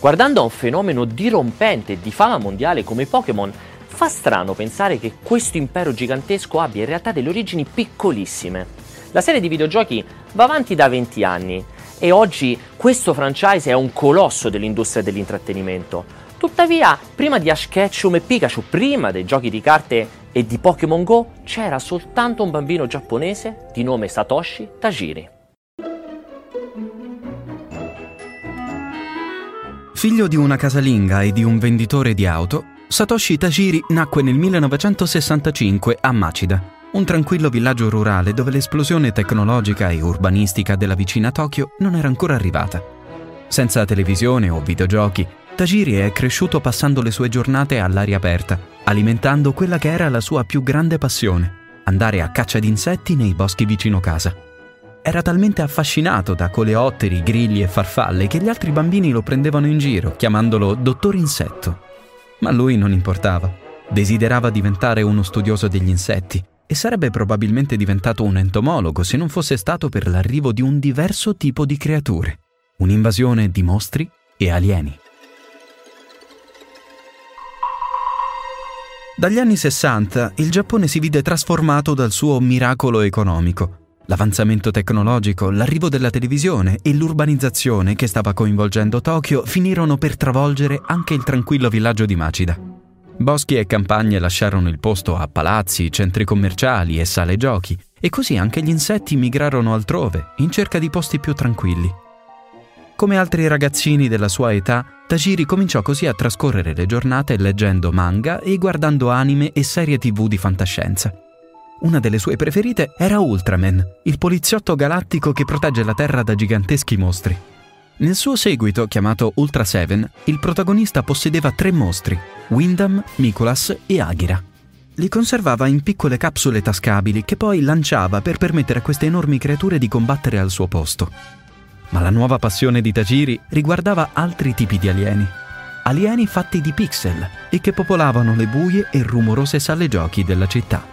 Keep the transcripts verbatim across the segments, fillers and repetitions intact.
Guardando a un fenomeno dirompente e di fama mondiale come Pokémon, fa strano pensare che questo impero gigantesco abbia in realtà delle origini piccolissime. La serie di videogiochi va avanti da venti anni e oggi questo franchise è un colosso dell'industria dell'intrattenimento. Tuttavia, prima di Ash Ketchum e Pikachu, prima dei giochi di carte e di Pokémon Go, c'era soltanto un bambino giapponese di nome Satoshi Tajiri. Figlio di una casalinga e di un venditore di auto, Satoshi Tajiri nacque nel millenovecentosessantacinque a Machida, un tranquillo villaggio rurale dove l'esplosione tecnologica e urbanistica della vicina Tokyo non era ancora arrivata. Senza televisione o videogiochi, Tajiri è cresciuto passando le sue giornate all'aria aperta, alimentando quella che era la sua più grande passione, andare a caccia di insetti nei boschi vicino casa. Era talmente affascinato da coleotteri, grilli e farfalle che gli altri bambini lo prendevano in giro, chiamandolo Dottor Insetto. Ma a lui non importava. Desiderava diventare uno studioso degli insetti e sarebbe probabilmente diventato un entomologo se non fosse stato per l'arrivo di un diverso tipo di creature, un'invasione di mostri e alieni. Dagli anni sessanta il Giappone si vide trasformato dal suo miracolo economico. L'avanzamento tecnologico, l'arrivo della televisione e l'urbanizzazione che stava coinvolgendo Tokyo finirono per travolgere anche il tranquillo villaggio di Machida. Boschi e campagne lasciarono il posto a palazzi, centri commerciali e sale giochi, e così anche gli insetti migrarono altrove, in cerca di posti più tranquilli. Come altri ragazzini della sua età, Tajiri cominciò così a trascorrere le giornate leggendo manga e guardando anime e serie tivù di fantascienza. Una delle sue preferite era Ultraman, il poliziotto galattico che protegge la Terra da giganteschi mostri. Nel suo seguito, chiamato Ultra Seven, il protagonista possedeva tre mostri, Windam, Mikolas e Aghira. Li conservava in piccole capsule tascabili che poi lanciava per permettere a queste enormi creature di combattere al suo posto. Ma la nuova passione di Tajiri riguardava altri tipi di alieni. Alieni fatti di pixel e che popolavano le buie e rumorose sale giochi della città.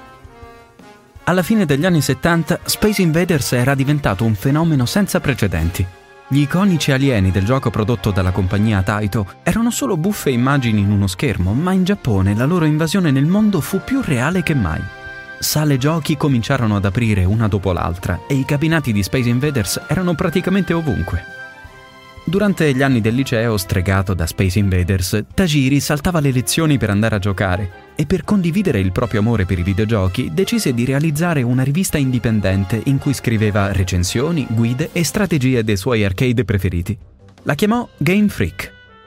Alla fine degli anni settanta, Space Invaders era diventato un fenomeno senza precedenti. Gli iconici alieni del gioco prodotto dalla compagnia Taito erano solo buffe immagini in uno schermo, ma in Giappone la loro invasione nel mondo fu più reale che mai. Sale giochi cominciarono ad aprire una dopo l'altra e i cabinati di Space Invaders erano praticamente ovunque. Durante gli anni del liceo, stregato da Space Invaders, Tajiri saltava le lezioni per andare a giocare e per condividere il proprio amore per i videogiochi decise di realizzare una rivista indipendente in cui scriveva recensioni, guide e strategie dei suoi arcade preferiti. La chiamò Game Freak.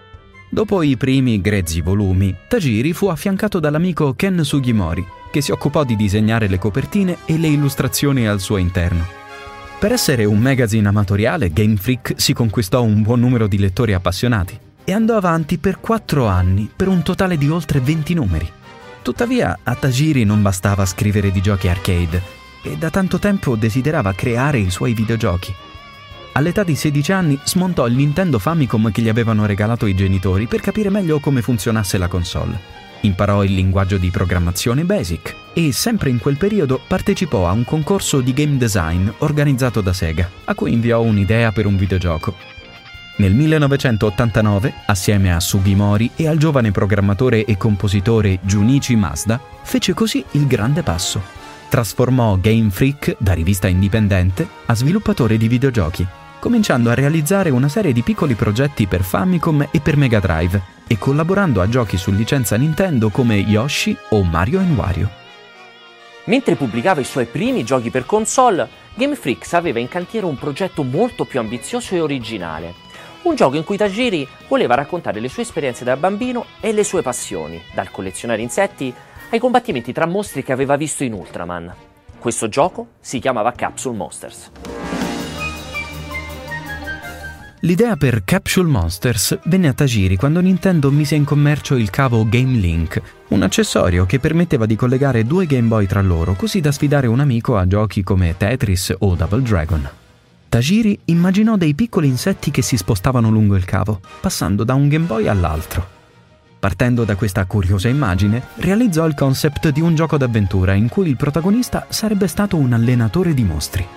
Dopo i primi grezzi volumi, Tajiri fu affiancato dall'amico Ken Sugimori, che si occupò di disegnare le copertine e le illustrazioni al suo interno. Per essere un magazine amatoriale, Game Freak si conquistò un buon numero di lettori appassionati e andò avanti per quattro anni, per un totale di oltre venti numeri. Tuttavia, a Tajiri non bastava scrivere di giochi arcade e da tanto tempo desiderava creare i suoi videogiochi. All'età di sedici anni smontò il Nintendo Famicom che gli avevano regalato i genitori per capire meglio come funzionasse la console. Imparò il linguaggio di programmazione BASIC e, sempre in quel periodo, partecipò a un concorso di game design organizzato da Sega, a cui inviò un'idea per un videogioco. Nel millenovecentottantanove, assieme a Sugimori e al giovane programmatore e compositore Junichi Masuda, fece così il grande passo. Trasformò Game Freak, da rivista indipendente, a sviluppatore di videogiochi, cominciando a realizzare una serie di piccoli progetti per Famicom e per Mega Drive, e collaborando a giochi su licenza Nintendo come Yoshi o Mario and Wario. Mentre pubblicava i suoi primi giochi per console, Game Freak aveva in cantiere un progetto molto più ambizioso e originale. Un gioco in cui Tajiri voleva raccontare le sue esperienze da bambino e le sue passioni, dal collezionare insetti ai combattimenti tra mostri che aveva visto in Ultraman. Questo gioco si chiamava Capsule Monsters. L'idea per Capsule Monsters venne a Tajiri quando Nintendo mise in commercio il cavo Game Link, un accessorio che permetteva di collegare due Game Boy tra loro, così da sfidare un amico a giochi come Tetris o Double Dragon. Tajiri immaginò dei piccoli insetti che si spostavano lungo il cavo, passando da un Game Boy all'altro. Partendo da questa curiosa immagine, realizzò il concept di un gioco d'avventura in cui il protagonista sarebbe stato un allenatore di mostri.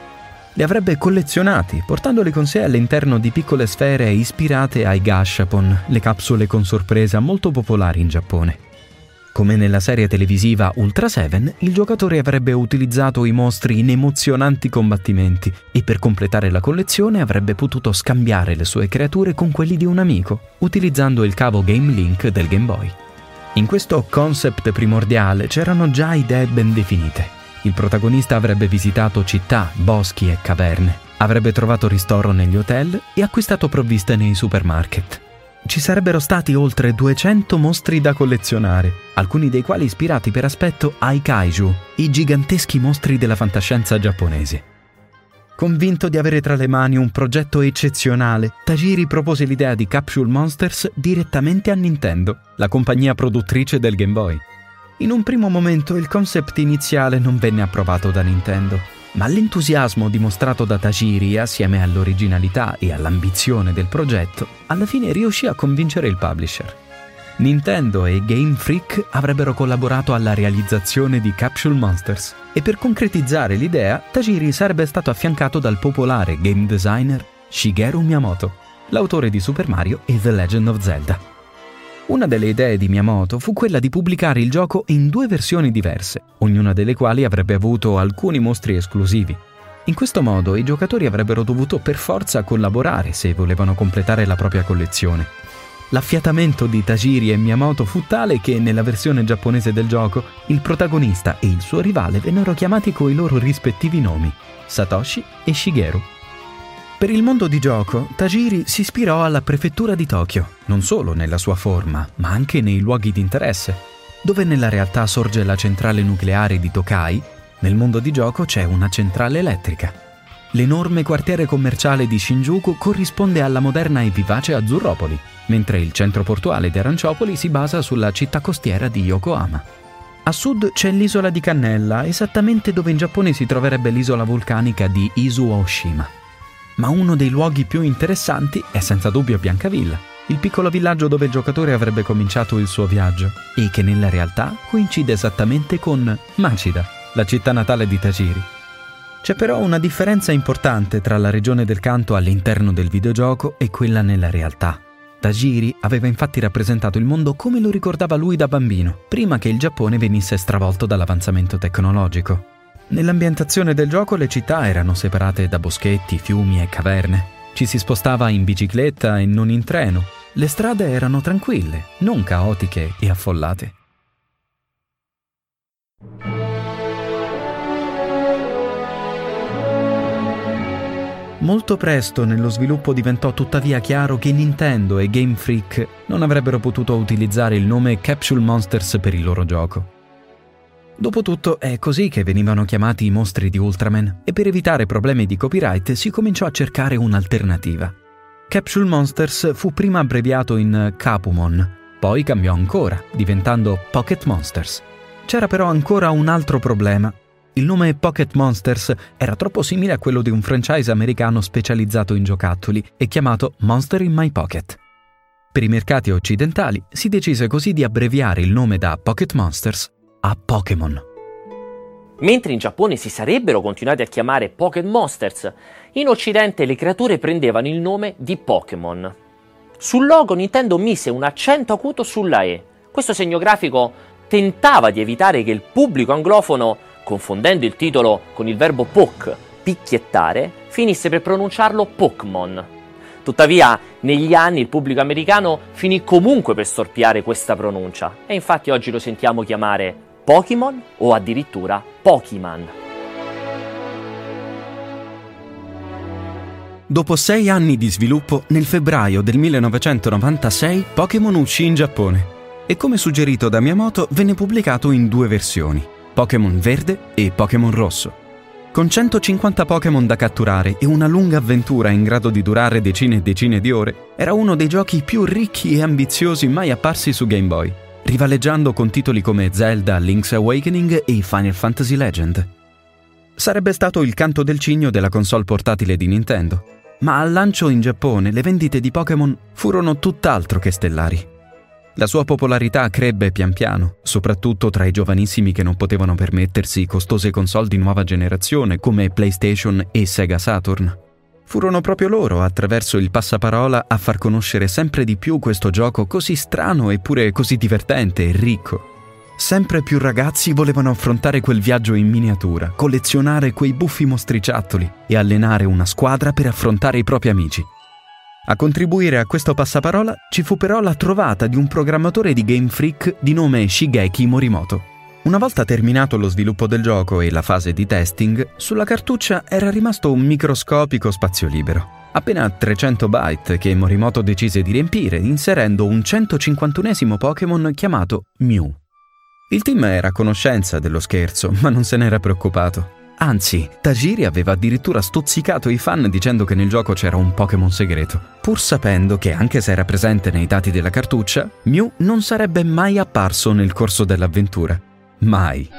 Li avrebbe collezionati, portandoli con sé all'interno di piccole sfere ispirate ai gashapon, le capsule con sorpresa molto popolari in Giappone. Come nella serie televisiva Ultra Seven, il giocatore avrebbe utilizzato i mostri in emozionanti combattimenti e per completare la collezione avrebbe potuto scambiare le sue creature con quelli di un amico, utilizzando il cavo Game Link del Game Boy. In questo concept primordiale c'erano già idee ben definite. Il protagonista avrebbe visitato città, boschi e caverne, avrebbe trovato ristoro negli hotel e acquistato provviste nei supermarket. Ci sarebbero stati oltre duecento mostri da collezionare, alcuni dei quali ispirati per aspetto ai kaiju, i giganteschi mostri della fantascienza giapponese. Convinto di avere tra le mani un progetto eccezionale, Tajiri propose l'idea di Capsule Monsters direttamente a Nintendo, la compagnia produttrice del Game Boy. In un primo momento il concept iniziale non venne approvato da Nintendo, ma l'entusiasmo dimostrato da Tajiri, assieme all'originalità e all'ambizione del progetto, alla fine riuscì a convincere il publisher. Nintendo e Game Freak avrebbero collaborato alla realizzazione di Capsule Monsters e per concretizzare l'idea Tajiri sarebbe stato affiancato dal popolare game designer Shigeru Miyamoto, l'autore di Super Mario e The Legend of Zelda. Una delle idee di Miyamoto fu quella di pubblicare il gioco in due versioni diverse, ognuna delle quali avrebbe avuto alcuni mostri esclusivi. In questo modo i giocatori avrebbero dovuto per forza collaborare se volevano completare la propria collezione. L'affiatamento di Tajiri e Miyamoto fu tale che nella versione giapponese del gioco il protagonista e il suo rivale vennero chiamati coi loro rispettivi nomi, Satoshi e Shigeru. Per il mondo di gioco, Tajiri si ispirò alla prefettura di Tokyo, non solo nella sua forma, ma anche nei luoghi di interesse. Dove nella realtà sorge la centrale nucleare di Tokai, nel mondo di gioco c'è una centrale elettrica. L'enorme quartiere commerciale di Shinjuku corrisponde alla moderna e vivace Azzurropoli, mentre il centro portuale di Aranciopoli si basa sulla città costiera di Yokohama. A sud c'è l'isola di Cannella, esattamente dove in Giappone si troverebbe l'isola vulcanica di Izu-Oshima. Ma uno dei luoghi più interessanti è senza dubbio Biancavilla, il piccolo villaggio dove il giocatore avrebbe cominciato il suo viaggio e che nella realtà coincide esattamente con Machida, la città natale di Tajiri. C'è però una differenza importante tra la regione del canto all'interno del videogioco e quella nella realtà. Tajiri aveva infatti rappresentato il mondo come lo ricordava lui da bambino, prima che il Giappone venisse stravolto dall'avanzamento tecnologico. Nell'ambientazione del gioco le città erano separate da boschetti, fiumi e caverne. Ci si spostava in bicicletta e non in treno. Le strade erano tranquille, non caotiche e affollate. Molto presto nello sviluppo diventò tuttavia chiaro che Nintendo e Game Freak non avrebbero potuto utilizzare il nome Capsule Monsters per il loro gioco. Dopotutto è così che venivano chiamati i mostri di Ultraman e per evitare problemi di copyright si cominciò a cercare un'alternativa. Capsule Monsters fu prima abbreviato in Capumon, poi cambiò ancora, diventando Pocket Monsters. C'era però ancora un altro problema. Il nome Pocket Monsters era troppo simile a quello di un franchise americano specializzato in giocattoli e chiamato Monster in My Pocket. Per i mercati occidentali si decise così di abbreviare il nome da Pocket Monsters a Pokémon. Mentre in Giappone si sarebbero continuati a chiamare Pocket Monsters, in Occidente le creature prendevano il nome di Pokémon. Sul logo Nintendo mise un accento acuto sulla E. Questo segno grafico tentava di evitare che il pubblico anglofono, confondendo il titolo con il verbo poke, picchiettare, finisse per pronunciarlo Pokémon. Tuttavia, negli anni il pubblico americano finì comunque per storpiare questa pronuncia e infatti oggi lo sentiamo chiamare Pokémon o addirittura Pokémon. Dopo sei anni di sviluppo, nel febbraio del millenovecentonovantasei Pokémon uscì in Giappone e come suggerito da Miyamoto venne pubblicato in due versioni, Pokémon Verde e Pokémon Rosso. Con centocinquanta Pokémon da catturare e una lunga avventura in grado di durare decine e decine di ore, era uno dei giochi più ricchi e ambiziosi mai apparsi su Game Boy, rivaleggiando con titoli come Zelda, Link's Awakening e Final Fantasy Legend. Sarebbe stato il canto del cigno della console portatile di Nintendo, ma al lancio in Giappone le vendite di Pokémon furono tutt'altro che stellari. La sua popolarità crebbe pian piano, soprattutto tra i giovanissimi che non potevano permettersi costose console di nuova generazione come PlayStation e Sega Saturn. Furono proprio loro, attraverso il passaparola, a far conoscere sempre di più questo gioco così strano eppure così divertente e ricco. Sempre più ragazzi volevano affrontare quel viaggio in miniatura, collezionare quei buffi mostriciattoli e allenare una squadra per affrontare i propri amici. A contribuire a questo passaparola ci fu però la trovata di un programmatore di Game Freak di nome Shigeki Morimoto. Una volta terminato lo sviluppo del gioco e la fase di testing, sulla cartuccia era rimasto un microscopico spazio libero, appena trecento byte che Morimoto decise di riempire inserendo un centocinquantunesimo Pokémon chiamato Mew. Il team era a conoscenza dello scherzo, ma non se n'era preoccupato. Anzi, Tajiri aveva addirittura stuzzicato i fan dicendo che nel gioco c'era un Pokémon segreto, pur sapendo che anche se era presente nei dati della cartuccia, Mew non sarebbe mai apparso nel corso dell'avventura. Mai.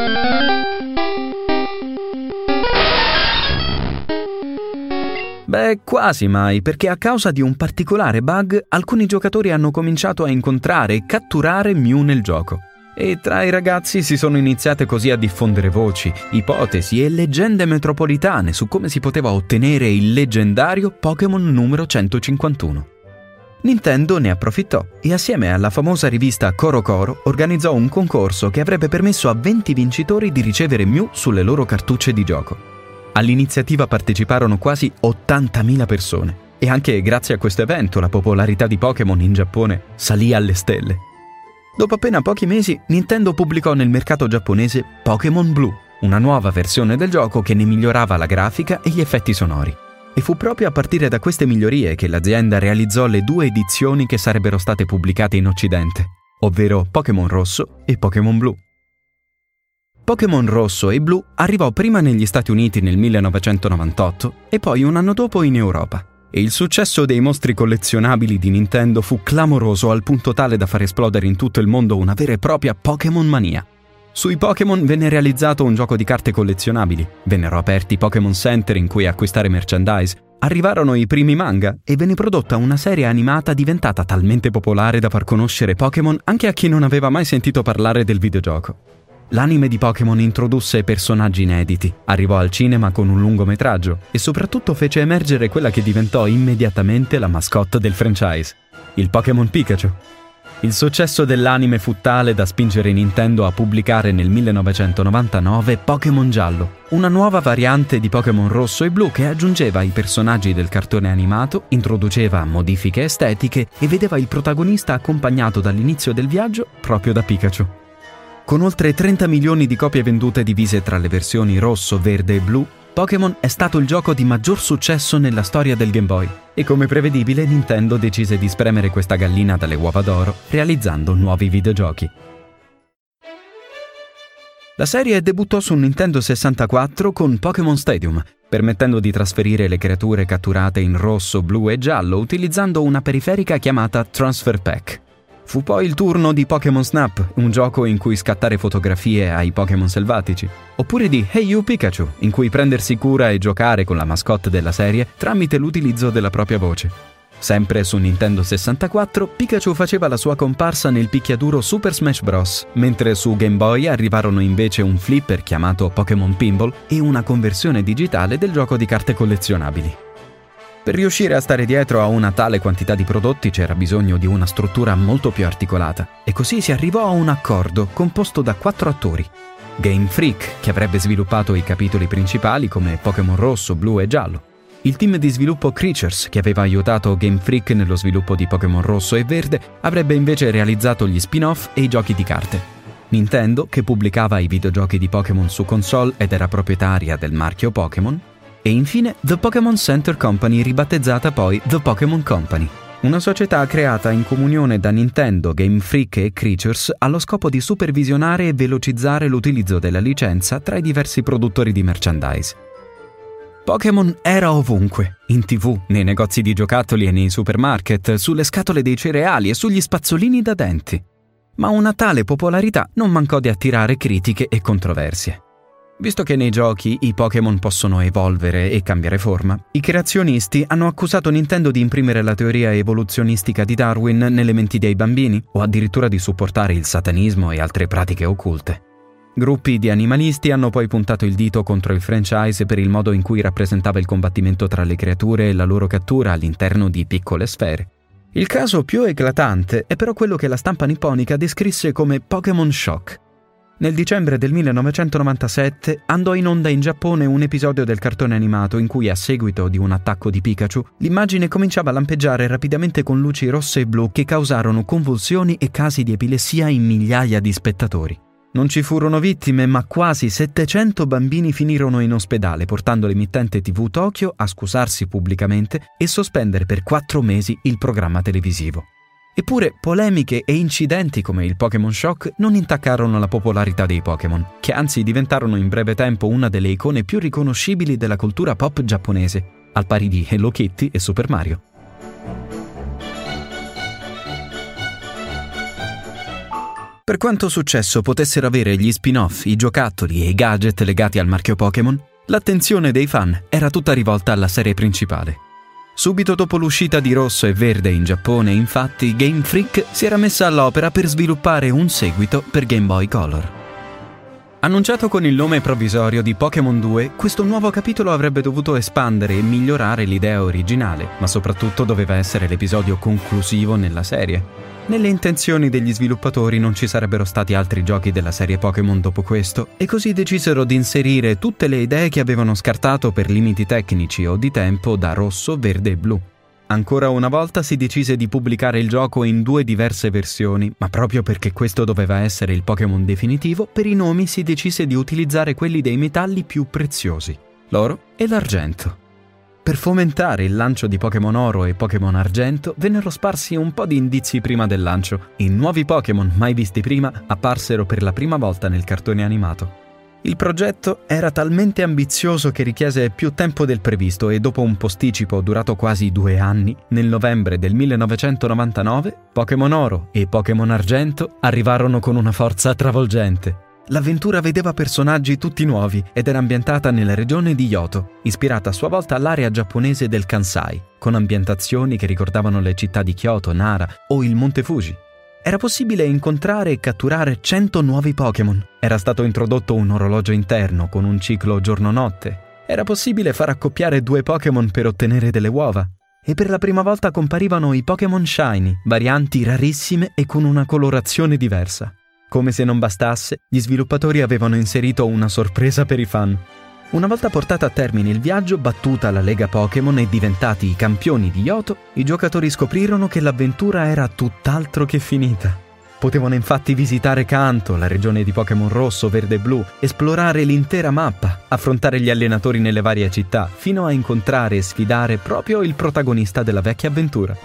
Beh, quasi mai, perché a causa di un particolare bug alcuni giocatori hanno cominciato a incontrare e catturare Mew nel gioco. E tra i ragazzi si sono iniziate così a diffondere voci, ipotesi e leggende metropolitane su come si poteva ottenere il leggendario Pokémon numero centocinquantuno. Nintendo ne approfittò e assieme alla famosa rivista Coro Coro organizzò un concorso che avrebbe permesso a venti vincitori di ricevere Mew sulle loro cartucce di gioco. All'iniziativa parteciparono quasi ottantamila persone e anche grazie a questo evento la popolarità di Pokémon in Giappone salì alle stelle. Dopo appena pochi mesi, Nintendo pubblicò nel mercato giapponese Pokémon Blue, una nuova versione del gioco che ne migliorava la grafica e gli effetti sonori. E fu proprio a partire da queste migliorie che l'azienda realizzò le due edizioni che sarebbero state pubblicate in Occidente, ovvero Pokémon Rosso e Pokémon Blu. Pokémon Rosso e Blu arrivò prima negli Stati Uniti nel millenovecentonovantotto e poi un anno dopo in Europa. E il successo dei mostri collezionabili di Nintendo fu clamoroso al punto tale da far esplodere in tutto il mondo una vera e propria Pokémon mania. Sui Pokémon venne realizzato un gioco di carte collezionabili, vennero aperti Pokémon Center in cui acquistare merchandise, arrivarono i primi manga e venne prodotta una serie animata diventata talmente popolare da far conoscere Pokémon anche a chi non aveva mai sentito parlare del videogioco. L'anime di Pokémon introdusse personaggi inediti, arrivò al cinema con un lungometraggio e soprattutto fece emergere quella che diventò immediatamente la mascotte del franchise, il Pokémon Pikachu. Il successo dell'anime fu tale da spingere Nintendo a pubblicare nel millenovecentonovantanove Pokémon Giallo, una nuova variante di Pokémon Rosso e Blu che aggiungeva i personaggi del cartone animato, introduceva modifiche estetiche e vedeva il protagonista accompagnato dall'inizio del viaggio proprio da Pikachu. Con oltre trenta milioni di copie vendute divise tra le versioni rosso, verde e blu, Pokémon è stato il gioco di maggior successo nella storia del Game Boy e come prevedibile Nintendo decise di spremere questa gallina dalle uova d'oro realizzando nuovi videogiochi. La serie debuttò su Nintendo sessantaquattro con Pokémon Stadium, permettendo di trasferire le creature catturate in rosso, blu e giallo utilizzando una periferica chiamata Transfer Pack. Fu poi il turno di Pokémon Snap, un gioco in cui scattare fotografie ai Pokémon selvatici, oppure di Hey You Pikachu, in cui prendersi cura e giocare con la mascotte della serie tramite l'utilizzo della propria voce. Sempre su Nintendo sessantaquattro, Pikachu faceva la sua comparsa nel picchiaduro Super Smash Bros., mentre su Game Boy arrivarono invece un flipper chiamato Pokémon Pinball e una conversione digitale del gioco di carte collezionabili. Per riuscire a stare dietro a una tale quantità di prodotti c'era bisogno di una struttura molto più articolata e così si arrivò a un accordo composto da quattro attori. Game Freak, che avrebbe sviluppato i capitoli principali come Pokémon Rosso, Blu e Giallo. Il team di sviluppo Creatures, che aveva aiutato Game Freak nello sviluppo di Pokémon Rosso e Verde, avrebbe invece realizzato gli spin-off e i giochi di carte. Nintendo, che pubblicava i videogiochi di Pokémon su console ed era proprietaria del marchio Pokémon. E infine The Pokémon Center Company, ribattezzata poi The Pokémon Company, una società creata in comunione da Nintendo, Game Freak e Creatures allo scopo di supervisionare e velocizzare l'utilizzo della licenza tra i diversi produttori di merchandise. Pokémon era ovunque, in tivù, nei negozi di giocattoli e nei supermarket, sulle scatole dei cereali e sugli spazzolini da denti. Ma una tale popolarità non mancò di attirare critiche e controversie. Visto che nei giochi i Pokémon possono evolvere e cambiare forma, i creazionisti hanno accusato Nintendo di imprimere la teoria evoluzionistica di Darwin nelle menti dei bambini o addirittura di supportare il satanismo e altre pratiche occulte. Gruppi di animalisti hanno poi puntato il dito contro il franchise per il modo in cui rappresentava il combattimento tra le creature e la loro cattura all'interno di piccole sfere. Il caso più eclatante è però quello che la stampa nipponica descrisse come Pokémon Shock. Nel dicembre del millenovecentonovantasette andò in onda in Giappone un episodio del cartone animato in cui, a seguito di un attacco di Pikachu, l'immagine cominciava a lampeggiare rapidamente con luci rosse e blu che causarono convulsioni e casi di epilessia in migliaia di spettatori. Non ci furono vittime, ma quasi settecento bambini finirono in ospedale, portando l'emittente tivù Tokyo a scusarsi pubblicamente e sospendere per quattro mesi il programma televisivo. Eppure polemiche e incidenti come il Pokémon Shock non intaccarono la popolarità dei Pokémon, che anzi diventarono in breve tempo una delle icone più riconoscibili della cultura pop giapponese, al pari di Hello Kitty e Super Mario. Per quanto successo potessero avere gli spin-off, i giocattoli e i gadget legati al marchio Pokémon, l'attenzione dei fan era tutta rivolta alla serie principale. Subito dopo l'uscita di Rosso e Verde in Giappone, infatti, Game Freak si era messa all'opera per sviluppare un seguito per Game Boy Color. Annunciato con il nome provvisorio di Pokémon due, questo nuovo capitolo avrebbe dovuto espandere e migliorare l'idea originale, ma soprattutto doveva essere l'episodio conclusivo nella serie. Nelle intenzioni degli sviluppatori non ci sarebbero stati altri giochi della serie Pokémon dopo questo, e così decisero di inserire tutte le idee che avevano scartato per limiti tecnici o di tempo da Rosso, Verde e Blu. Ancora una volta si decise di pubblicare il gioco in due diverse versioni, ma proprio perché questo doveva essere il Pokémon definitivo, per i nomi si decise di utilizzare quelli dei metalli più preziosi, l'oro e l'argento. Per fomentare il lancio di Pokémon Oro e Pokémon Argento vennero sparsi un po' di indizi prima del lancio. I nuovi Pokémon mai visti prima apparsero per la prima volta nel cartone animato. Il progetto era talmente ambizioso che richiese più tempo del previsto e dopo un posticipo durato quasi due anni, nel novembre del millenovecentonovantanove, Pokémon Oro e Pokémon Argento arrivarono con una forza travolgente. L'avventura vedeva personaggi tutti nuovi ed era ambientata nella regione di Yoto, ispirata a sua volta all'area giapponese del Kansai, con ambientazioni che ricordavano le città di Kyoto, Nara o il Monte Fuji. Era possibile incontrare e catturare cento nuovi Pokémon. Era stato introdotto un orologio interno con un ciclo giorno-notte. Era possibile far accoppiare due Pokémon per ottenere delle uova. E per la prima volta comparivano i Pokémon Shiny, varianti rarissime e con una colorazione diversa. Come se non bastasse, gli sviluppatori avevano inserito una sorpresa per i fan. Una volta portata a termine il viaggio, battuta la Lega Pokémon e diventati i campioni di Yoto, i giocatori scoprirono che l'avventura era tutt'altro che finita. Potevano infatti visitare Kanto, la regione di Pokémon Rosso, Verde e Blu, esplorare l'intera mappa, affrontare gli allenatori nelle varie città, fino a incontrare e sfidare proprio il protagonista della vecchia avventura.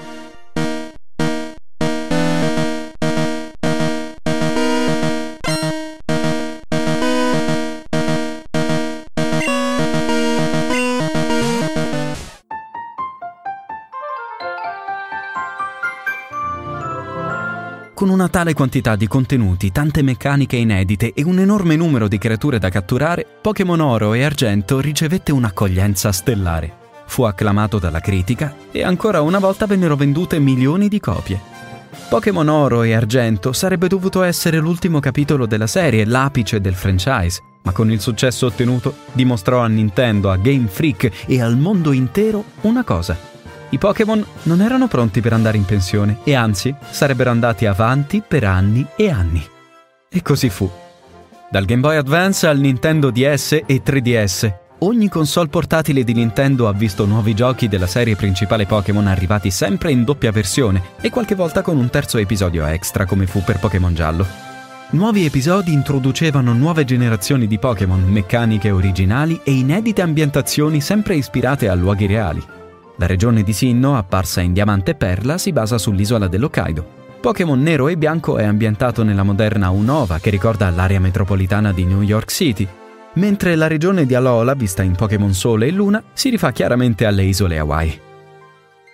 Con una tale quantità di contenuti, tante meccaniche inedite e un enorme numero di creature da catturare, Pokémon Oro e Argento ricevette un'accoglienza stellare. Fu acclamato dalla critica e ancora una volta vennero vendute milioni di copie. Pokémon Oro e Argento sarebbe dovuto essere l'ultimo capitolo della serie, l'apice del franchise, ma con il successo ottenuto dimostrò a Nintendo, a Game Freak e al mondo intero una cosa. I Pokémon non erano pronti per andare in pensione e anzi sarebbero andati avanti per anni e anni. E così fu. Dal Game Boy Advance al Nintendo D S e tre D S, ogni console portatile di Nintendo ha visto nuovi giochi della serie principale Pokémon arrivati sempre in doppia versione e qualche volta con un terzo episodio extra come fu per Pokémon Giallo. Nuovi episodi introducevano nuove generazioni di Pokémon, meccaniche originali e inedite ambientazioni sempre ispirate a luoghi reali. La regione di Sinnoh, apparsa in Diamante e Perla, si basa sull'isola dell'Hokkaido. Pokémon Nero e Bianco è ambientato nella moderna Unova, che ricorda l'area metropolitana di New York City, mentre la regione di Alola, vista in Pokémon Sole e Luna, si rifà chiaramente alle isole Hawaii.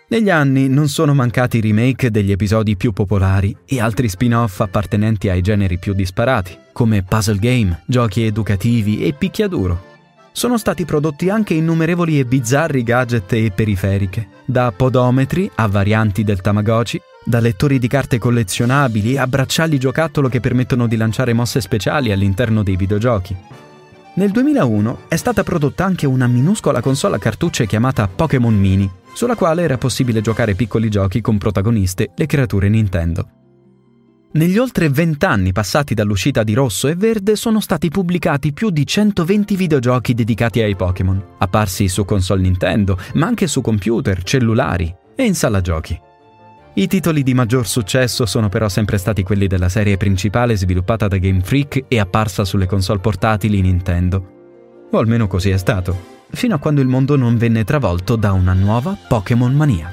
Negli anni non sono mancati remake degli episodi più popolari e altri spin-off appartenenti ai generi più disparati, come puzzle game, giochi educativi e picchiaduro. Sono stati prodotti anche innumerevoli e bizzarri gadget e periferiche, da podometri a varianti del Tamagotchi, da lettori di carte collezionabili a bracciali giocattolo che permettono di lanciare mosse speciali all'interno dei videogiochi. Nel duemilauno è stata prodotta anche una minuscola console a cartucce chiamata Pokémon Mini, sulla quale era possibile giocare piccoli giochi con protagoniste le creature Nintendo. Negli oltre vent'anni passati dall'uscita di Rosso e Verde sono stati pubblicati più di centoventi videogiochi dedicati ai Pokémon, apparsi su console Nintendo, ma anche su computer, cellulari e in sala giochi. I titoli di maggior successo sono però sempre stati quelli della serie principale sviluppata da Game Freak e apparsa sulle console portatili Nintendo. O almeno così è stato, fino a quando il mondo non venne travolto da una nuova Pokémon mania.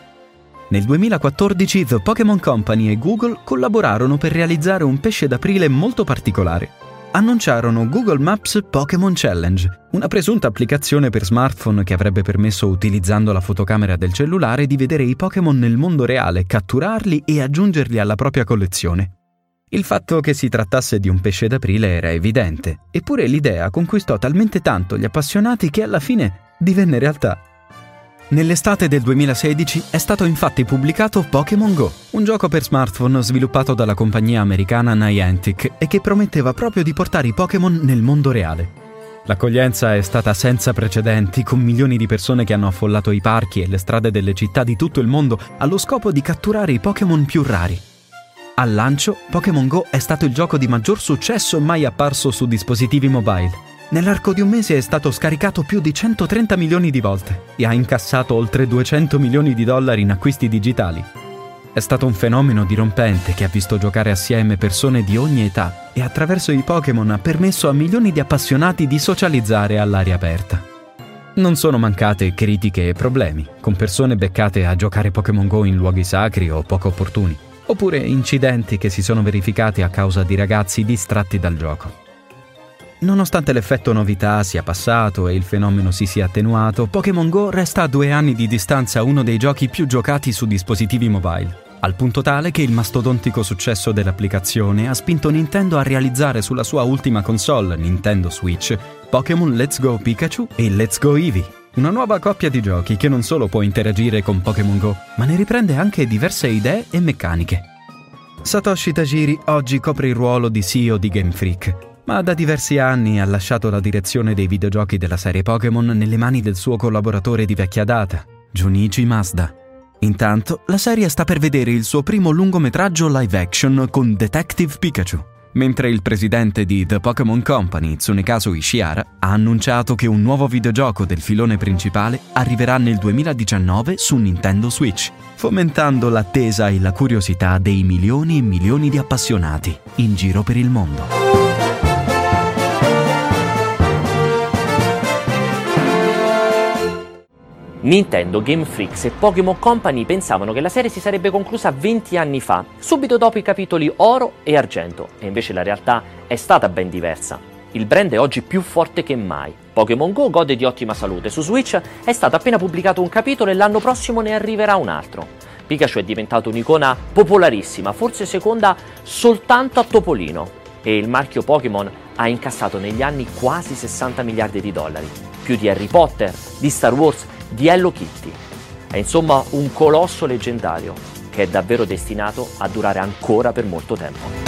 Nel duemilaquattordici The Pokémon Company e Google collaborarono per realizzare un pesce d'aprile molto particolare. Annunciarono Google Maps Pokémon Challenge, una presunta applicazione per smartphone che avrebbe permesso, utilizzando la fotocamera del cellulare, di vedere i Pokémon nel mondo reale, catturarli e aggiungerli alla propria collezione. Il fatto che si trattasse di un pesce d'aprile era evidente, eppure l'idea conquistò talmente tanto gli appassionati che alla fine divenne realtà. Nell'estate del duemilasedici è stato infatti pubblicato Pokémon Go, un gioco per smartphone sviluppato dalla compagnia americana Niantic e che prometteva proprio di portare i Pokémon nel mondo reale. L'accoglienza è stata senza precedenti, con milioni di persone che hanno affollato i parchi e le strade delle città di tutto il mondo allo scopo di catturare i Pokémon più rari. Al lancio, Pokémon Go è stato il gioco di maggior successo mai apparso su dispositivi mobile. Nell'arco di un mese è stato scaricato più di centotrenta milioni di volte e ha incassato oltre duecento milioni di dollari in acquisti digitali. È stato un fenomeno dirompente che ha visto giocare assieme persone di ogni età e attraverso i Pokémon ha permesso a milioni di appassionati di socializzare all'aria aperta. Non sono mancate critiche e problemi, con persone beccate a giocare Pokémon Go in luoghi sacri o poco opportuni, oppure incidenti che si sono verificati a causa di ragazzi distratti dal gioco. Nonostante l'effetto novità sia passato e il fenomeno si sia attenuato, Pokémon Go resta a due anni di distanza uno dei giochi più giocati su dispositivi mobile, al punto tale che il mastodontico successo dell'applicazione ha spinto Nintendo a realizzare sulla sua ultima console, Nintendo Switch, Pokémon Let's Go Pikachu e Let's Go Eevee, una nuova coppia di giochi che non solo può interagire con Pokémon Go, ma ne riprende anche diverse idee e meccaniche. Satoshi Tajiri oggi copre il ruolo di C E O di Game Freak, ma da diversi anni ha lasciato la direzione dei videogiochi della serie Pokémon nelle mani del suo collaboratore di vecchia data, Junichi Masuda. Intanto, la serie sta per vedere il suo primo lungometraggio live action con Detective Pikachu, mentre il presidente di The Pokémon Company, Tsunekazu Ishihara, ha annunciato che un nuovo videogioco del filone principale arriverà nel duemiladiciannove su Nintendo Switch, fomentando l'attesa e la curiosità dei milioni e milioni di appassionati in giro per il mondo. Nintendo, Game Freak e Pokémon Company pensavano che la serie si sarebbe conclusa venti anni fa, subito dopo i capitoli Oro e Argento, e invece la realtà è stata ben diversa. Il brand è oggi più forte che mai. Pokémon Go gode di ottima salute, su Switch è stato appena pubblicato un capitolo e l'anno prossimo ne arriverà un altro. Pikachu è diventato un'icona popolarissima, forse seconda soltanto a Topolino, e il marchio Pokémon ha incassato negli anni quasi sessanta miliardi di dollari, più di Harry Potter, di Star Wars, di Hello Kitty. È insomma un colosso leggendario che è davvero destinato a durare ancora per molto tempo.